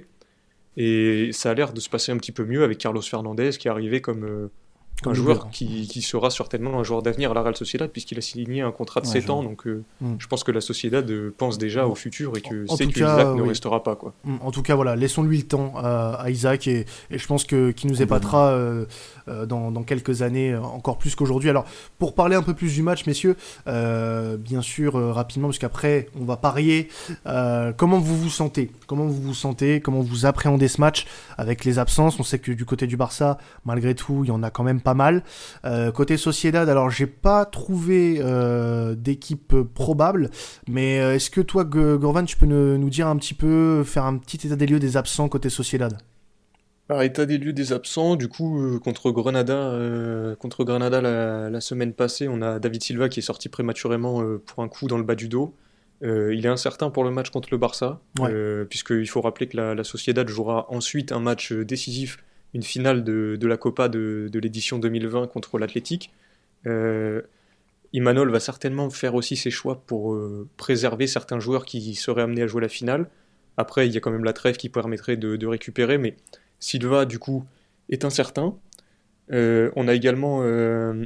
Et ça a l'air de se passer un petit peu mieux avec Carlos Fernandez qui est arrivé comme euh, un joueur qui, qui sera certainement un joueur d'avenir à la Real Sociedad puisqu'il a signé un contrat de ouais, sept ans. Donc euh, mm. je pense que la Sociedad pense déjà mm. au futur et que c'est que cas, Isaac euh, ne oui. restera pas. Quoi. En tout cas, voilà, laissons-lui le temps à, à Isaac et, et je pense que, qu'il nous épatera euh, euh, dans, dans quelques années encore plus qu'aujourd'hui. Alors, pour parler un peu plus du match, messieurs, euh, bien sûr, euh, rapidement, parce qu'après, on va parier. Euh, comment vous vous sentez ? Comment vous vous sentez ? Comment vous appréhendez ce match avec les absences ? On sait que du côté du Barça, malgré tout, il y en a quand même pas mal. Euh, côté Sociedad, alors j'ai pas trouvé euh, d'équipe probable, mais euh, est-ce que toi, G- Gourvan, tu peux ne, nous dire un petit peu, faire un petit état des lieux des absents côté Sociedad ? Alors, état des lieux des absents, du coup, euh, contre Granada, euh, contre Granada la, la semaine passée, on a David Silva qui est sorti prématurément euh, pour un coup dans le bas du dos. Euh, il est incertain pour le match contre le Barça, ouais. euh, puisqu'il faut rappeler que la, la Sociedad jouera ensuite un match décisif, une finale de, de la Copa de, de l'édition deux mille vingt contre l'Athletic. Euh, Imanol va certainement faire aussi ses choix pour euh, préserver certains joueurs qui seraient amenés à jouer la finale. Après, il y a quand même la trêve qui permettrait de, de récupérer, mais Silva, du coup, est incertain. Euh, on a également euh,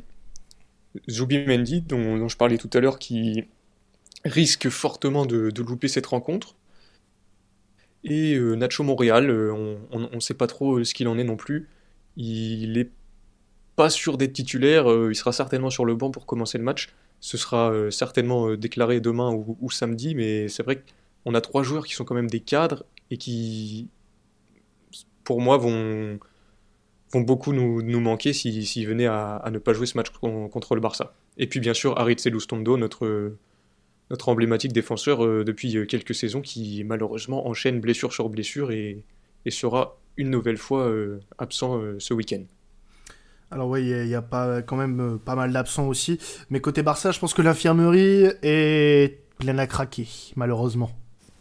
Zubimendi, dont, dont je parlais tout à l'heure, qui risque fortement de, de louper cette rencontre. Et euh, Nacho Monreal, euh, on ne sait pas trop ce qu'il en est non plus. Il n'est pas sûr d'être titulaire, euh, il sera certainement sur le banc pour commencer le match. Ce sera euh, certainement euh, déclaré demain ou, ou samedi, mais c'est vrai qu'on a trois joueurs qui sont quand même des cadres et qui, pour moi, vont, vont beaucoup nous, nous manquer s'ils si, si venaient à, à ne pas jouer ce match contre le Barça. Et puis bien sûr, Aritz Lustondo, notre... notre emblématique défenseur euh, depuis quelques saisons qui malheureusement enchaîne blessure sur blessure et, et sera une nouvelle fois euh, absent euh, ce week-end. Alors oui, il y, y a pas, quand même euh, pas mal d'absents aussi, mais côté Barça, je pense que l'infirmerie est pleine à craquer, malheureusement.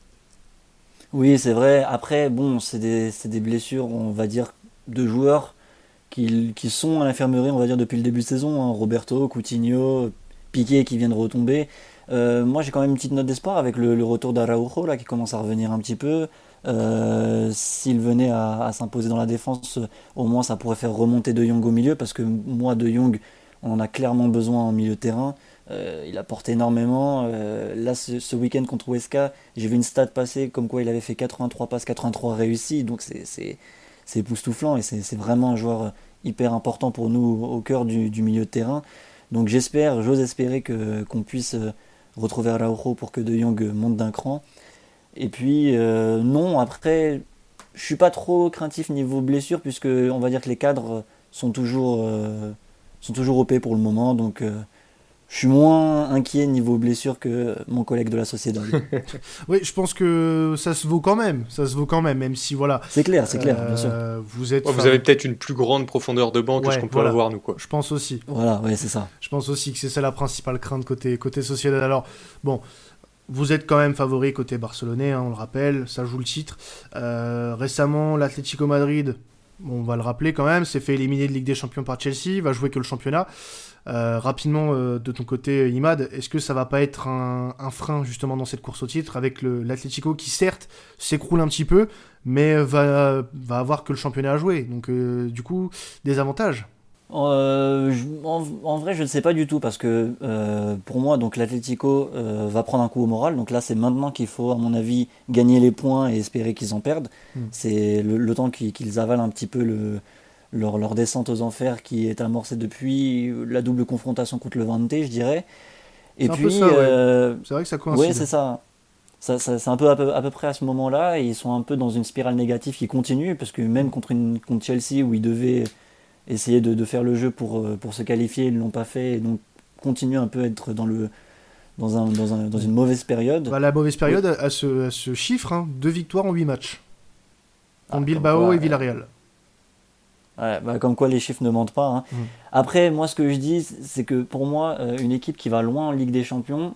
Oui, c'est vrai. Après, bon, c'est des, c'est des blessures, on va dire, de joueurs qui, qui sont à l'infirmerie, on va dire, depuis le début de saison. Hein. Roberto, Coutinho, Piqué qui vient de retomber. Euh, moi j'ai quand même une petite note d'espoir avec le, le retour d'Araujo là, qui commence à revenir un petit peu. Euh, s'il venait à, à s'imposer dans la défense, au moins ça pourrait faire remonter De Jong au milieu, parce que moi De Jong on en a clairement besoin en milieu de terrain. Euh, il apporte énormément. Euh, là ce, ce week-end contre Huesca, j'ai vu une stat passer comme quoi il avait fait quatre-vingt-trois passes, quatre-vingt-trois réussies, donc c'est, c'est, c'est époustouflant et c'est, c'est vraiment un joueur hyper important pour nous au cœur du, du milieu de terrain. Donc j'espère, j'ose espérer que, qu'on puisse retrouver Araujo pour que De Jong monte d'un cran. Et puis euh, non, après je suis pas trop craintif niveau blessure, puisque on va dire que les cadres sont toujours euh, sont toujours O P pour le moment, donc euh, je suis moins inquiet niveau blessure que mon collègue de la Sociedad. Oui, je pense que ça se vaut quand même, ça se vaut quand même, même si voilà. C'est clair, c'est clair, euh, bien sûr. Vous êtes. Ouais, vous avez peut-être une plus grande profondeur de banc que ouais, ce qu'on peut voilà. avoir nous, quoi. Je pense aussi. Voilà, ouais, c'est ça. Je pense aussi que c'est ça la principale crainte côté côté Sociedad. Alors bon. Vous êtes quand même favori côté barcelonais, hein, on le rappelle, ça joue le titre. Euh, récemment, l'Atlético Madrid, bon, on va le rappeler quand même, s'est fait éliminer de Ligue des Champions par Chelsea, va jouer que le championnat. Euh, rapidement, euh, de ton côté, Imad, est-ce que ça va pas être un, un frein justement dans cette course au titre avec le, l'Atlético qui certes s'écroule un petit peu, mais va, va avoir que le championnat à jouer. Donc euh, du coup, des avantages. Euh, je, en, en vrai je ne sais pas du tout, parce que euh, pour moi donc l'Atlético euh, va prendre un coup au moral, donc là c'est maintenant qu'il faut à mon avis gagner les points et espérer qu'ils en perdent. mm. C'est le, le temps qu'ils, qu'ils avalent un petit peu le, leur, leur descente aux enfers qui est amorcée depuis la double confrontation contre le Levante, je dirais. Et c'est puis, un peu ça, ouais. euh, C'est vrai que ça coïncide. ouais, c'est ça. Ça, ça- c'est un peu à, peu à peu près à ce moment-là, et ils sont un peu dans une spirale négative qui continue, parce que même contre, une, contre Chelsea, où ils devaient essayer de, de faire le jeu pour, euh, pour se qualifier, ils ne l'ont pas fait, et donc continuent un peu à être dans, le, dans, un, dans, un, dans une mauvaise période. Bah, la mauvaise Oui. période a ce, a ce chiffre, hein, deux victoires en huit matchs. Ah, Contre comme Bilbao quoi, et Villarreal. Ouais, bah, comme quoi les chiffres ne mentent pas, hein. Mm. Après, moi, ce que je dis, c'est que pour moi, euh, une équipe qui va loin en Ligue des Champions,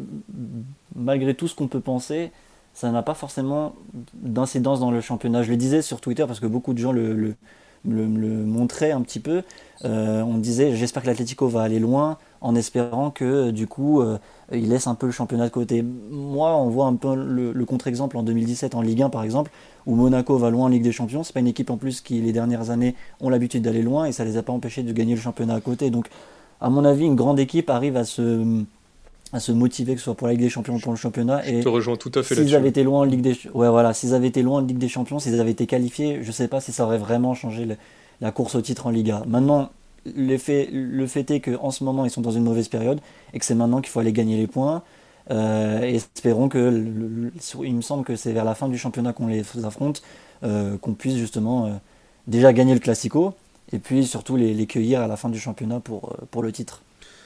m- malgré tout ce qu'on peut penser, ça n'a pas forcément d'incidence dans le championnat. Je le disais sur Twitter parce que beaucoup de gens le, le, le- le montraient un petit peu. Euh, on disait, j'espère que l'Atlético va aller loin en espérant que euh, du coup, euh, il laisse un peu le championnat de côté. Moi, on voit un peu le, le contre-exemple en deux mille dix-sept en Ligue un par exemple, où Monaco va loin en Ligue des Champions. C'est pas une équipe en plus qui, les dernières années, ont l'habitude d'aller loin et ça les a pas empêchés de gagner le championnat à côté. Donc, à mon avis, une grande équipe arrive à se, à se motiver, que ce soit pour la Ligue des Champions ou pour le championnat. Je Et te rejoins tout à fait s'ils là-dessus. avaient été loin en Ligue des, ouais, voilà, s'ils avaient été loin en Ligue des Champions, s'ils avaient été qualifiés, je sais pas si ça aurait vraiment changé le- la course au titre en Liga. Maintenant, le fait, le fait est qu'en ce moment, ils sont dans une mauvaise période et que c'est maintenant qu'il faut aller gagner les points. Euh, et espérons que, le- le- il me semble que c'est vers la fin du championnat qu'on les affronte, euh, qu'on puisse justement euh, déjà gagner le Classico et puis surtout les, les cueillir à la fin du championnat pour, euh, pour le titre.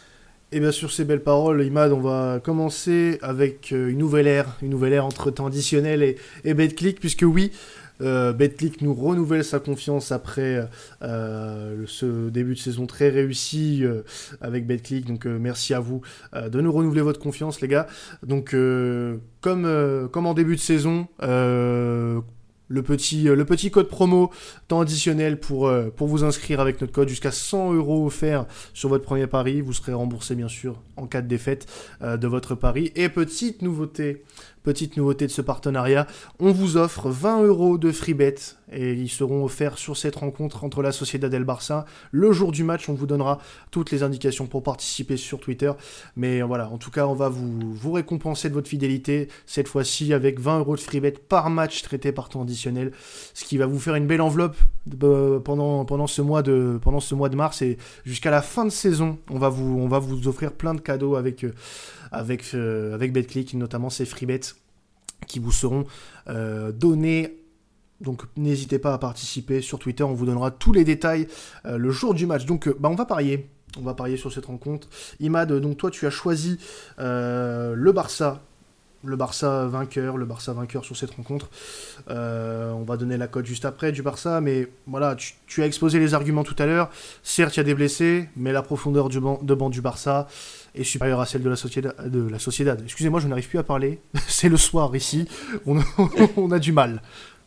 Et bien sur ces belles paroles, Imad, on va commencer avec euh, une nouvelle ère, une nouvelle ère entre temps additionnel et, et BetClick, puisque oui, euh, BetClick nous renouvelle sa confiance après euh, ce début de saison très réussi euh, avec BetClick. Donc euh, merci à vous euh, de nous renouveler votre confiance, les gars. Donc euh, comme, euh, comme en début de saison, euh, le petit, euh, le petit code promo temps additionnel pour, euh, pour vous inscrire avec notre code jusqu'à cent euros offerts sur votre premier pari. Vous serez remboursé bien sûr en cas de défaite euh, de votre pari. Et petite nouveauté, petite nouveauté de ce partenariat, on vous offre vingt euros de free bet et ils seront offerts sur cette rencontre entre la Sociedad et le Barça. Le jour du match, on vous donnera toutes les indications pour participer sur Twitter. Mais voilà, en tout cas, on va vous, vous récompenser de votre fidélité cette fois-ci avec vingt euros de free bet par match traité par temps additionnel, ce qui va vous faire une belle enveloppe de, pendant, pendant, ce mois de, pendant ce mois de mars et jusqu'à la fin de saison. On va vous, on va vous offrir plein de cadeaux avec, avec, euh, avec BetClick, notamment ces free bets qui vous seront euh, donnés. Donc n'hésitez pas à participer sur Twitter, on vous donnera tous les détails euh, le jour du match. Donc euh, bah, on va parier, on va parier sur cette rencontre. Imad, donc toi tu as choisi euh, le Barça, le Barça vainqueur, le Barça vainqueur sur cette rencontre. Euh, on va donner la cote juste après du Barça, mais voilà, tu, tu as exposé les arguments tout à l'heure. Certes, il y a des blessés, mais la profondeur du banc, de banc du Barça est supérieure à celle de la Sociedad. De la Sociedad. Excusez-moi, je n'arrive plus à parler. C'est le soir ici, on a, on a du mal.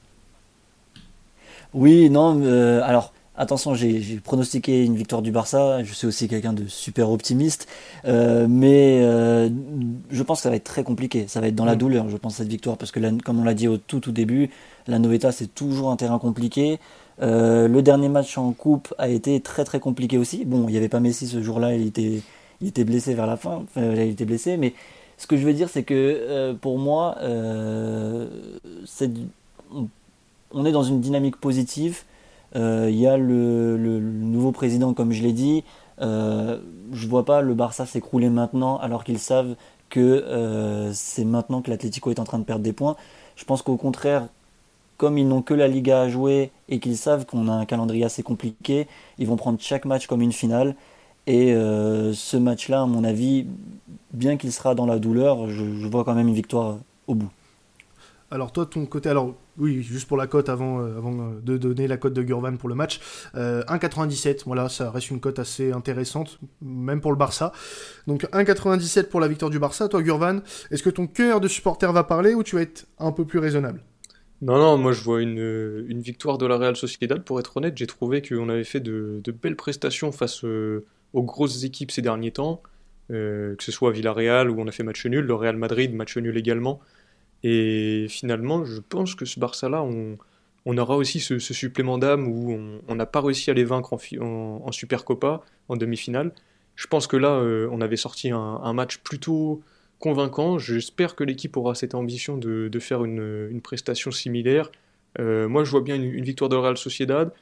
Oui, non, euh, alors attention, j'ai, j'ai pronostiqué une victoire du Barça, je suis aussi quelqu'un de super optimiste, euh, mais euh, je pense que ça va être très compliqué, ça va être dans la Mm. douleur, je pense, cette victoire, parce que la- comme on l'a dit au tout tout début, la Noeta c'est toujours un terrain compliqué. Euh, le dernier match en coupe a été très très compliqué aussi. Bon, il n'y avait pas Messi ce jour-là, il était, il était blessé vers la fin, enfin, il était blessé, mais ce que je veux dire c'est que euh, pour moi, euh, c'est, on on est dans une dynamique positive. Euh, Il y a le, le- le nouveau président, comme je l'ai dit. Euh, je vois pas le Barça s'écrouler maintenant, alors qu'ils savent que euh, c'est maintenant que l'Atlético est en train de perdre des points. Je pense qu'au contraire, comme ils n'ont que la Liga à jouer et qu'ils savent qu'on a un calendrier assez compliqué, ils vont prendre chaque match comme une finale. Et euh, ce match-là, à mon avis, bien qu'il sera dans la douleur, je, je vois quand même une victoire au bout. Alors toi, ton côté, alors oui, juste pour la cote avant, euh, avant euh, de donner la cote de Gurvan pour le match, euh, un virgule quatre-vingt-dix-sept, voilà, ça reste une cote assez intéressante, même pour le Barça. Donc un virgule quatre-vingt-dix-sept pour la victoire du Barça. Toi, Gurvan, est-ce que ton cœur de supporter va parler ou tu vas être un peu plus raisonnable? Non, non, moi je vois une, une victoire de la Real Sociedad. Pour être honnête, j'ai trouvé qu'on avait fait de, de belles prestations face euh, aux grosses équipes ces derniers temps, euh, que ce soit Villarreal où on a fait match nul, le Real Madrid match nul également. Et finalement, je pense que ce Barça-là, on, on aura aussi ce, ce supplément d'âme où on on n'a pas réussi à les vaincre en, fi- en, en Supercopa, en demi-finale. Je pense que là, euh, on avait sorti un, un match plutôt convaincant. J'espère que l'équipe aura cette ambition de, de faire une, une prestation similaire. Euh, moi, je vois bien une, une victoire de Real Sociedad.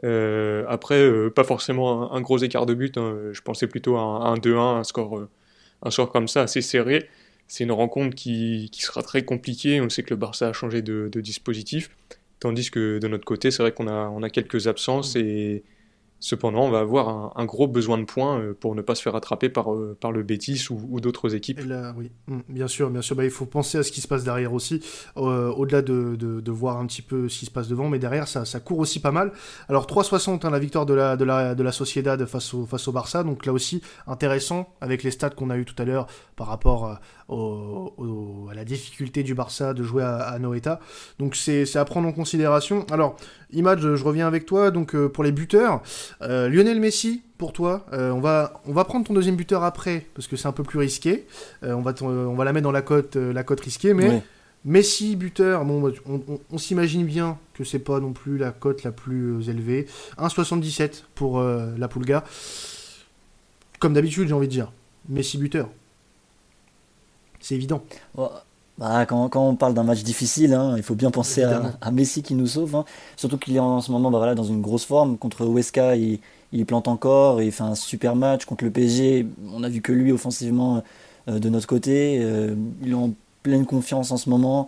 Euh, après, euh, pas forcément un, un gros écart de but, hein. Je pensais plutôt à un, un deux un, un score, euh, un score comme ça, assez serré. C'est une rencontre qui, qui sera très compliquée. On sait que le Barça a changé de, de dispositif. Tandis que de notre côté, c'est vrai qu'on a, on a quelques absences et cependant, on va avoir un, un gros besoin de points euh, pour ne pas se faire attraper par, euh, par le Betis ou, ou d'autres équipes. Et là, oui, mmh, bien sûr, bien sûr. Bah, il faut penser à ce qui se passe derrière aussi, euh, au-delà de, de, de voir un petit peu ce qui se passe devant, mais derrière, ça, ça court aussi pas mal. Alors, trois soixante, hein, la victoire de la, de, la, de la Sociedad face au, face au Barça, donc là aussi, intéressant, avec les stats qu'on a eu tout à l'heure par rapport à, au, au, à la difficulté du Barça de jouer à, à Noeta. Donc, c'est, c'est à prendre en considération. Alors, Imad, je, je reviens avec toi, donc euh, pour les buteurs, euh, Lionel Messi, pour toi, euh, on, va, on va prendre ton deuxième buteur après, parce que c'est un peu plus risqué. Euh, on, va on va la mettre dans la cote, euh, la cote risquée, mais ouais. Messi, buteur, bon, on, on, on s'imagine bien que c'est pas non plus la cote la plus élevée. un virgule soixante-dix-sept pour euh, la Pulga. Comme d'habitude, j'ai envie de dire. Messi, buteur. C'est évident. Oh. Bah, quand, quand on parle d'un match difficile, hein, il faut bien penser à, à Messi qui nous sauve. Hein. Surtout qu'il est en ce moment bah, voilà, dans une grosse forme. Contre Huesca, il, il plante encore, il fait un super match. Contre le P S G, on n'a vu que lui offensivement euh, de notre côté. Euh, il est en pleine confiance en ce moment.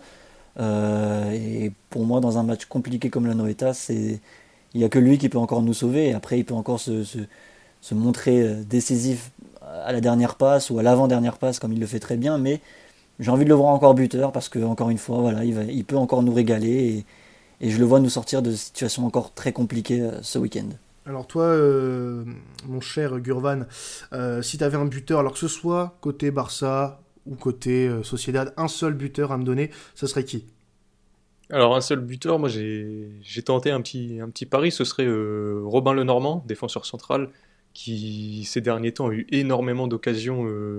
Euh, et pour moi, dans un match compliqué comme la Noeta, c'est... il n'y a que lui qui peut encore nous sauver. Et après, il peut encore se, se, se montrer décisif à la dernière passe ou à l'avant-dernière passe, comme il le fait très bien. Mais j'ai envie de le voir encore buteur parce que, encore une fois, voilà, il, va, il peut encore nous régaler et, et je le vois nous sortir de situations encore très compliquées euh, ce week-end. Alors toi, euh, mon cher Gurvan, euh, si tu avais un buteur, alors que ce soit côté Barça ou côté euh, Sociedad, un seul buteur à me donner, ce serait qui ? Alors un seul buteur, moi j'ai, j'ai tenté un petit, un petit pari, ce serait euh, Robin Lenormand, défenseur central, qui ces derniers temps a eu énormément d'occasions euh,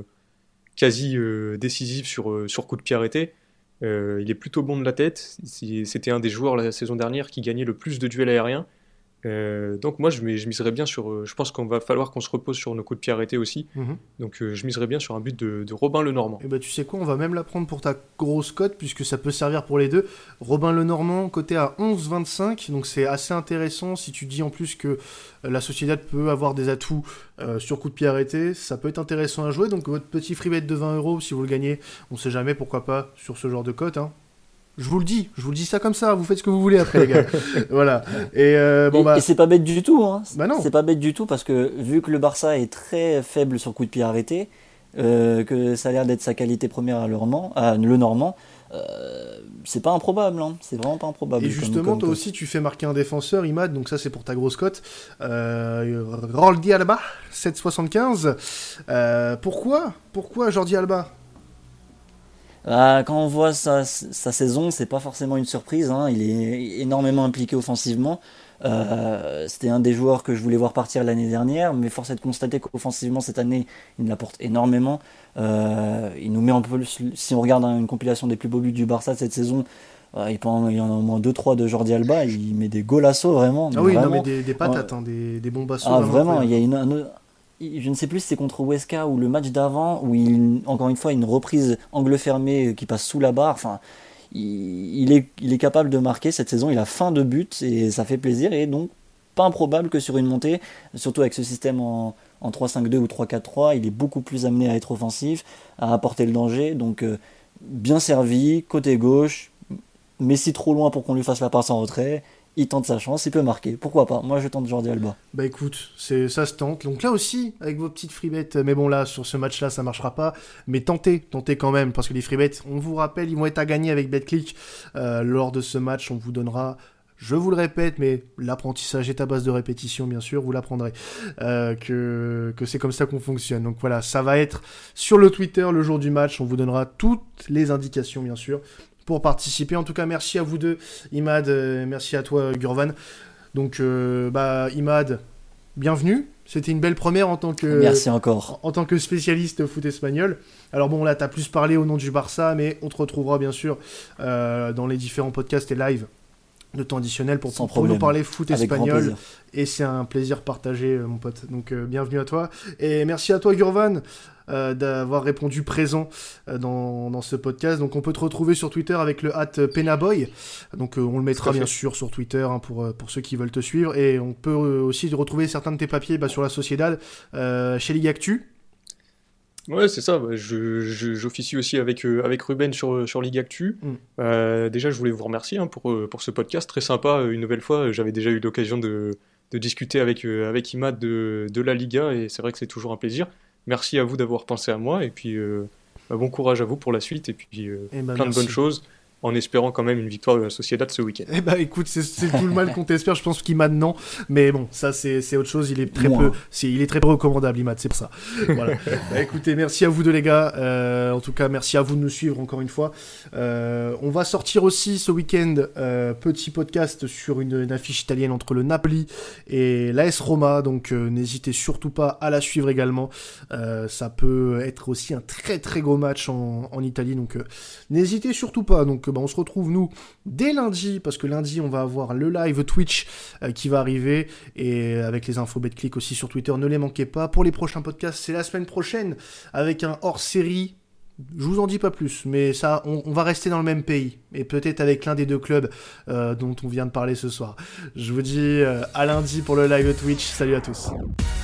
quasi euh, décisif sur, euh, sur coup de pied arrêté. Euh, il est plutôt bon de la tête. C'était un des joueurs la saison dernière qui gagnait le plus de duels aériens. Euh, donc moi je, je miserais bien sur... Euh, je pense qu'on va falloir qu'on se repose sur nos coups de pied arrêtés aussi. Mm-hmm. Donc euh, je miserais bien sur un but de, de Robin Lenormand. Et bah tu sais quoi, on va même la prendre pour ta grosse cote puisque ça peut servir pour les deux. Robin Lenormand coté à onze vingt-cinq, donc c'est assez intéressant si tu dis en plus que la Sociedad peut avoir des atouts euh, sur coup de pied arrêté, ça peut être intéressant à jouer. Donc votre petit free bet de vingt euros, si vous le gagnez, on sait jamais, pourquoi pas sur ce genre de cote, hein. Je vous le dis, je vous le dis ça comme ça, vous faites ce que vous voulez après les gars. Voilà. Et, euh, bon, et, bah... et c'est pas bête du tout, hein. Bah non. C'est pas bête du tout parce que vu que le Barça est très faible sur coup de pied arrêté, euh, que ça a l'air d'être sa qualité première à Lenormand, à Lenormand, euh, c'est pas improbable, hein. C'est vraiment pas improbable. Et justement, comme, comme toi aussi, tu fais marquer un défenseur, Imad, donc ça c'est pour ta grosse cote. Euh, Jordi Alba, sept virgule soixante-quinze. Euh, pourquoi Pourquoi Jordi Alba ? Ah, quand on voit sa, sa saison, c'est pas forcément une surprise, hein. Il est énormément impliqué offensivement. Euh, c'était un des joueurs que je voulais voir partir l'année dernière, mais force est de constater qu'offensivement cette année, il l'apporte énormément. Euh, il nous met un peu, si on regarde une compilation des plus beaux buts du Barça de cette saison, euh, il, peut en, il y en a au moins deux trois de Jordi Alba. Il met des golaços vraiment. Ah oui, vraiment, non, mais des, des patates, euh, hein, des, des bons bassos. Ah vraiment, il y a une, un, je ne sais plus si c'est contre Huesca ou le match d'avant où il, encore une fois, une reprise angle fermé qui passe sous la barre. Enfin, il, il, est, il est capable de marquer cette saison. Il a faim de but et ça fait plaisir. Et donc, pas improbable que sur une montée, surtout avec ce système en, en trois cinq deux ou trois quatre trois, il est beaucoup plus amené à être offensif, à apporter le danger. Donc, euh, bien servi, côté gauche, Messi trop loin pour qu'on lui fasse la passe en retrait. Il tente sa chance, il peut marquer. Pourquoi pas ? Moi, je tente Jordi Alba. Bah écoute, c'est, ça se tente. Donc là aussi, avec vos petites free bets, mais bon là, sur ce match-là, ça marchera pas. Mais tentez, tentez quand même, parce que les free bets, on vous rappelle, ils vont être à gagner avec BetClick. Euh, lors de ce match, on vous donnera, je vous le répète, mais l'apprentissage est à base de répétition, bien sûr, vous l'apprendrez. Euh, que, que c'est comme ça qu'on fonctionne. Donc voilà, ça va être sur le Twitter le jour du match. On vous donnera toutes les indications, bien sûr, pour participer. En tout cas, merci à vous deux, Imad, euh, merci à toi, Gurvan. Donc, euh, bah, Imad, bienvenue. C'était une belle première en tant que... Merci encore. En, en tant que spécialiste foot espagnol. Alors bon, là, t'as plus parlé au nom du Barça, mais on te retrouvera, bien sûr, euh, dans les différents podcasts et live de temps additionnel pour, pour, pour nous parler foot Avec espagnol. Et c'est un plaisir partagé, euh, mon pote. Donc, euh, bienvenue à toi. Et merci à toi, Gurvan, euh, d'avoir répondu présent euh, dans, dans ce podcast. Donc, on peut te retrouver sur Twitter avec le hâte Penaboy. Donc, euh, on le mettra bien sûr sur Twitter hein, pour, pour ceux qui veulent te suivre. Et on peut euh, aussi retrouver certains de tes papiers bah, sur la Sociedad euh, chez Ligue Actu. Ouais, c'est ça. Je, je, j'officie aussi avec, euh, avec Ruben sur, sur Ligue Actu. Mm. Euh, déjà, je voulais vous remercier hein, pour, pour ce podcast très sympa. Une nouvelle fois, j'avais déjà eu l'occasion de, de discuter avec, euh, avec Imad de, de la Liga et c'est vrai que c'est toujours un plaisir. Merci à vous d'avoir pensé à moi et puis euh, bah, bon courage à vous pour la suite et puis euh, et bah, plein merci. de bonnes choses. En espérant quand même une victoire de la Sociedad ce week-end. Eh bah écoute, c'est, c'est tout le mal qu'on t'espère, je pense qu'Imad non, mais bon, ça c'est, c'est autre chose, il est très Moi. peu, c'est, il est très peu recommandable Imad, c'est pour ça. Voilà. Bah, écoutez, merci à vous deux les gars, euh, en tout cas merci à vous de nous suivre encore une fois. Euh, on va sortir aussi ce week-end euh, petit podcast sur une, une affiche italienne entre le Napoli et l'A S Roma, donc euh, n'hésitez surtout pas à la suivre également. Euh, ça peut être aussi un très très gros match en, en Italie, donc euh, n'hésitez surtout pas. Donc bah, on se retrouve nous dès lundi, parce que lundi on va avoir le live Twitch euh, qui va arriver, et avec les infos BetClick aussi sur Twitter, ne les manquez pas. Pour les prochains podcasts, c'est la semaine prochaine avec un hors-série. Je vous en dis pas plus, mais ça, on, on va rester dans le même pays, et peut-être avec l'un des deux clubs euh, dont on vient de parler ce soir. Je vous dis euh, à lundi pour le live Twitch. Salut à tous.